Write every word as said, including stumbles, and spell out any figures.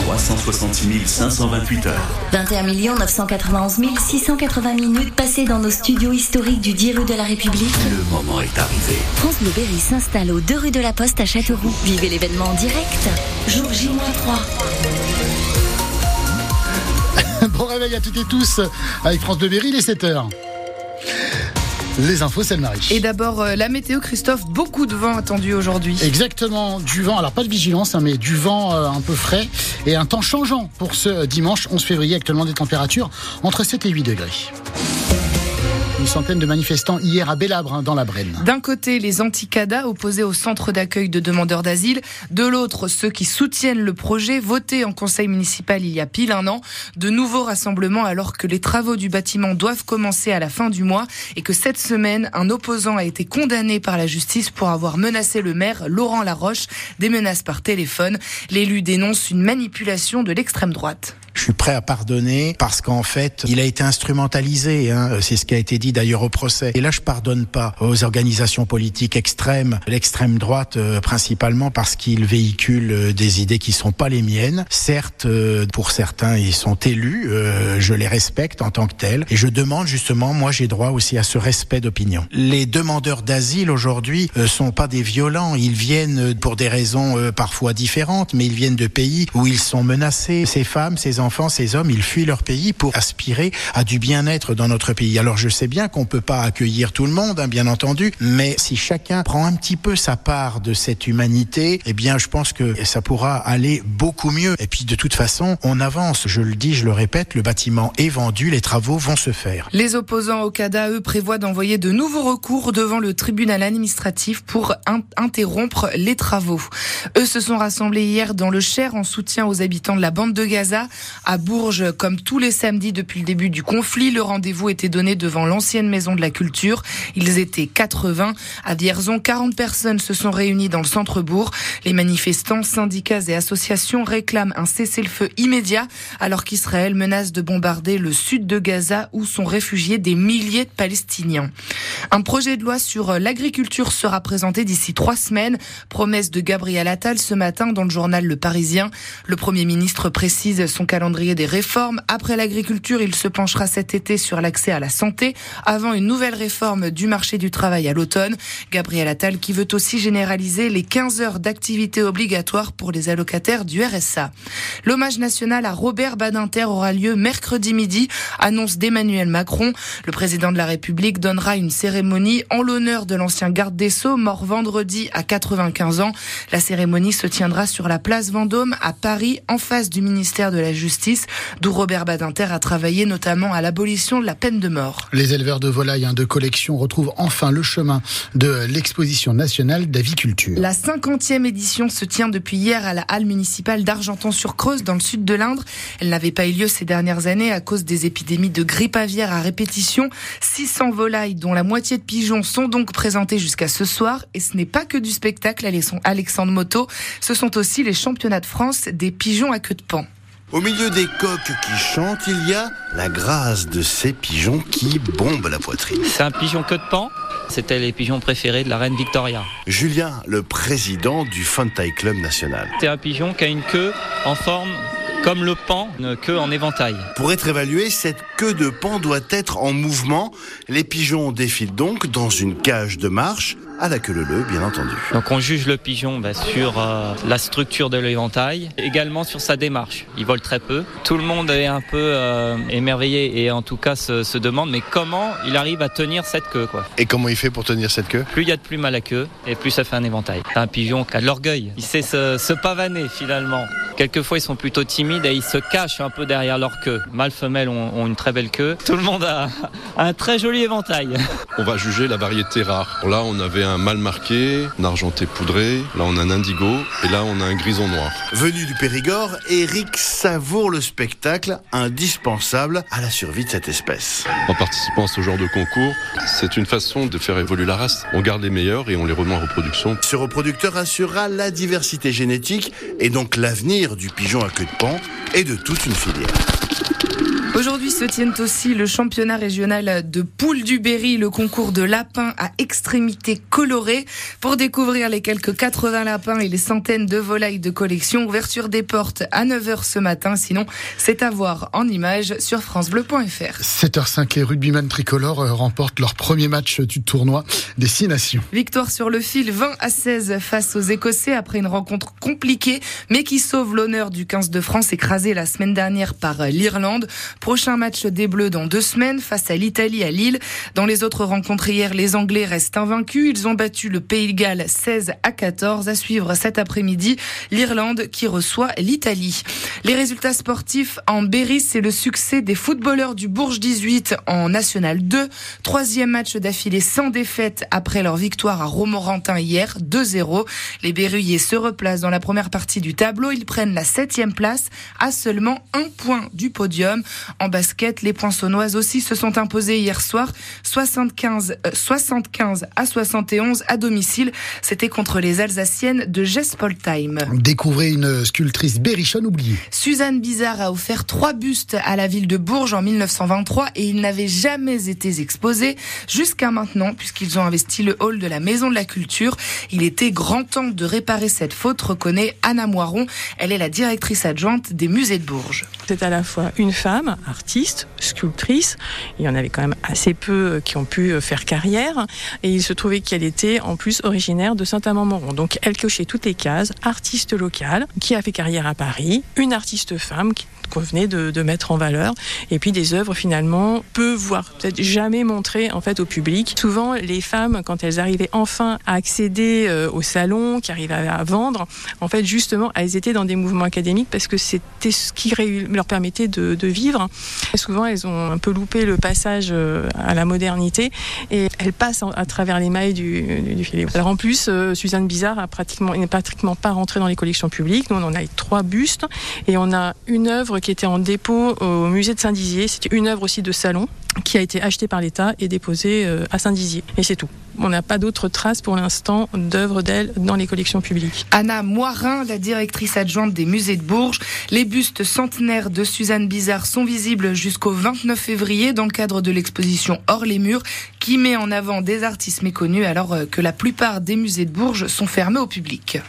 trois cent soixante-six mille cinq cent vingt-huit heures. vingt et un millions neuf cent quatre-vingt-onze mille six cent quatre-vingts minutes passées dans nos studios historiques du dix rue de la République. Le moment est arrivé. France Bleu Berry s'installe aux deux rue de la Poste à Châteauroux. Vivez l'événement en direct. Jour J trois. Bon réveil à toutes et tous avec France Bleu Berry, les sept heures. Les infos, c'est le Marie. Et d'abord, euh, la météo, Christophe, beaucoup de vent attendu aujourd'hui. Exactement, du vent, alors pas de vigilance, hein, mais du vent euh, un peu frais et un temps changeant pour ce dimanche onze février, actuellement des températures entre sept et huit degrés. Une centaine de manifestants hier à Bellabre, hein, dans la Brenne. D'un côté, les anti-CADA opposés au centre d'accueil de demandeurs d'asile. De l'autre, ceux qui soutiennent le projet voté en conseil municipal il y a pile un an. De nouveaux rassemblements alors que les travaux du bâtiment doivent commencer à la fin du mois et que cette semaine, un opposant a été condamné par la justice pour avoir menacé le maire Laurent Laroche. Des menaces par téléphone. L'élu dénonce une manipulation de l'extrême droite. Je suis prêt à pardonner parce qu'en fait, il a été instrumentalisé. Hein. C'est ce qui a été dit d'ailleurs au procès. Et là, je pardonne pas aux organisations politiques extrêmes, l'extrême droite euh, principalement parce qu'ils véhiculent euh, des idées qui sont pas les miennes. Certes, euh, pour certains, ils sont élus. Euh, je les respecte en tant que tels. Et je demande justement, moi, j'ai droit aussi à ce respect d'opinion. Les demandeurs d'asile aujourd'hui euh, sont pas des violents. Ils viennent pour des raisons euh, parfois différentes, mais ils viennent de pays où ils sont menacés. Ces femmes, ces enfants, Enfants, ces hommes, ils fuient leur pays pour aspirer à du bien-être dans notre pays. Alors je sais bien qu'on peut pas accueillir tout le monde, hein, bien entendu, mais si chacun prend un petit peu sa part de cette humanité, eh bien je pense que ça pourra aller beaucoup mieux. Et puis de toute façon, on avance. Je le dis, je le répète, le bâtiment est vendu, les travaux vont se faire. Les opposants au CADA, eux, prévoient d'envoyer de nouveaux recours devant le tribunal administratif pour in- interrompre les travaux. Eux se sont rassemblés hier dans le Cher en soutien aux habitants de la bande de Gaza. À Bourges, comme tous les samedis depuis le début du conflit, le rendez-vous était donné devant l'ancienne maison de la culture. Ils étaient quatre-vingts. À Vierzon, quarante personnes se sont réunies dans le centre-bourg. Les manifestants, syndicats et associations réclament un cessez-le-feu immédiat alors qu'Israël menace de bombarder le sud de Gaza où sont réfugiés des milliers de Palestiniens. Un projet de loi sur l'agriculture sera présenté d'ici trois semaines. Promesse de Gabriel Attal ce matin dans le journal Le Parisien. Le Premier ministre précise son calendrier des réformes. Après l'agriculture, il se penchera cet été sur l'accès à la santé avant une nouvelle réforme du marché du travail à l'automne. Gabriel Attal qui veut aussi généraliser les quinze heures d'activité obligatoire pour les allocataires du R S A. L'hommage national à Robert Badinter aura lieu mercredi midi, annonce d'Emmanuel Macron. Le président de la République donnera une cérémonie en l'honneur de l'ancien garde des Sceaux, mort vendredi à quatre-vingt-quinze ans. La cérémonie se tiendra sur la place Vendôme à Paris, en face du ministère de la Justice, d'où Robert Badinter a travaillé notamment à l'abolition de la peine de mort. Les éleveurs de volailles hein, de collection retrouvent enfin le chemin de l'exposition nationale d'aviculture. La cinquantième édition se tient depuis hier à la halle municipale d'Argenton-sur-Creuse dans le sud de l'Indre. Elle n'avait pas eu lieu ces dernières années à cause des épidémies de grippe aviaire à répétition. six cents volailles, dont la moitié de pigeons, sont donc présentées jusqu'à ce soir. Et ce n'est pas que du spectacle, Alexandre Moto. Ce sont aussi les championnats de France des pigeons à queue de paon. Au milieu des coqs qui chantent, il y a la grâce de ces pigeons qui bombent la poitrine. C'est un pigeon queue de paon. C'était les pigeons préférés de la reine Victoria. Julien, le président du Funtail Club National. C'est un pigeon qui a une queue en forme comme le paon, une queue en éventail. Pour être évalué, cette queue de paon doit être en mouvement. Les pigeons défilent donc dans une cage de marche, à la queue leu-leu, bien entendu. Donc on juge le pigeon bah, sur euh, la structure de l'éventail, également sur sa démarche. Il vole très peu. Tout le monde est un peu euh, émerveillé et en tout cas se, se demande mais comment il arrive à tenir cette queue, quoi. Et comment il fait pour tenir cette queue ? Plus il y a de plumes à la queue et plus ça fait un éventail. C'est un pigeon qui a de l'orgueil. Il sait se, se pavaner finalement. Quelquefois ils sont plutôt timides et ils se cachent un peu derrière leur queue. Mâles, femelles ont, ont une très belle queue. Tout le monde a, a un très joli éventail. On va juger la variété rare. Là on avait un mâle marqué, un argenté poudré, là on a un indigo et là on a un grison noir. Venu du Périgord, Eric savoure le spectacle indispensable à la survie de cette espèce. En participant à ce genre de concours, c'est une façon de faire évoluer la race. On garde les meilleurs et on les remet en reproduction. Ce reproducteur assurera la diversité génétique et donc l'avenir du pigeon à queue de paon et de toute une filière. Aujourd'hui se tiennent aussi le championnat régional de poule du Berry, le concours de lapins à extrémités colorées. Pour découvrir les quelques quatre-vingts lapins et les centaines de volailles de collection, ouverture des portes à neuf heures ce matin. Sinon, c'est à voir en images sur francebleu point f r. sept heures cinq, les rugbymen tricolores remportent leur premier match du tournoi des Six Nations. Victoire sur le fil vingt à seize face aux Écossais après une rencontre compliquée, mais qui sauve l'honneur du quinze de France écrasé la semaine dernière par l'Irlande. Prochain match des Bleus dans deux semaines face à l'Italie à Lille. Dans les autres rencontres hier, les Anglais restent invaincus. Ils ont battu le Pays de Galles seize à quatorze. À suivre cet après-midi, l'Irlande qui reçoit l'Italie. Les résultats sportifs en Berry, c'est le succès des footballeurs du Bourges dix-huit en National deux. Troisième match d'affilée sans défaite après leur victoire à Romorantin hier, deux zéro. Les Berruyers se replacent dans la première partie du tableau. Ils prennent la septième place à seulement un point du podium. En basket, les Poinçonnoises aussi se sont imposées hier soir, soixante-quinze, euh, soixante-quinze à soixante et onze à domicile. C'était contre les Alsaciennes de Gespoltheim. Découvrez une sculptrice berrichonne oubliée. Suzanne Bizard a offert trois bustes à la ville de Bourges en mille neuf cent vingt-trois et ils n'avaient jamais été exposés jusqu'à maintenant puisqu'ils ont investi le hall de la Maison de la Culture. Il était grand temps de réparer cette faute, reconnaît Anna Moiron. Elle est la directrice adjointe des musées de Bourges. C'est à la fois une femme, artiste, sculptrice. Il y en avait quand même assez peu qui ont pu faire carrière. Et il se trouvait qu'elle était en plus originaire de Saint-Amand-Montrond. Donc elle cochait toutes les cases. Artiste locale, qui a fait carrière à Paris. Une artiste femme qu'on venait de, de mettre en valeur. Et puis des œuvres finalement peu, voire peut-être jamais montrées en fait au public. Souvent les femmes, quand elles arrivaient enfin à accéder euh, au salon, qui arrivaient à, à vendre, en fait justement elles étaient dans des mouvements académiques parce que c'était ce qui ré- leur permettait de, de vivre. Et souvent elles ont un peu loupé le passage euh, à la modernité et elles passent en, à travers les mailles du, du, du filet. Alors en plus, euh, Suzanne Bizard a pratiquement, n'est pratiquement pas rentrée dans les collections publiques. Nous on en a trois bustes et on a une œuvre qui était en dépôt au musée de Saint-Dizier. C'était une œuvre aussi de salon qui a été achetée par l'État et déposée à Saint-Dizier. Et c'est tout. On n'a pas d'autres traces pour l'instant d'œuvres d'elle dans les collections publiques. Anna Moirin, la directrice adjointe des musées de Bourges. Les bustes centenaires de Suzanne Bizard sont visibles jusqu'au vingt-neuf février dans le cadre de l'exposition Hors les murs qui met en avant des artistes méconnus alors que la plupart des musées de Bourges sont fermés au public.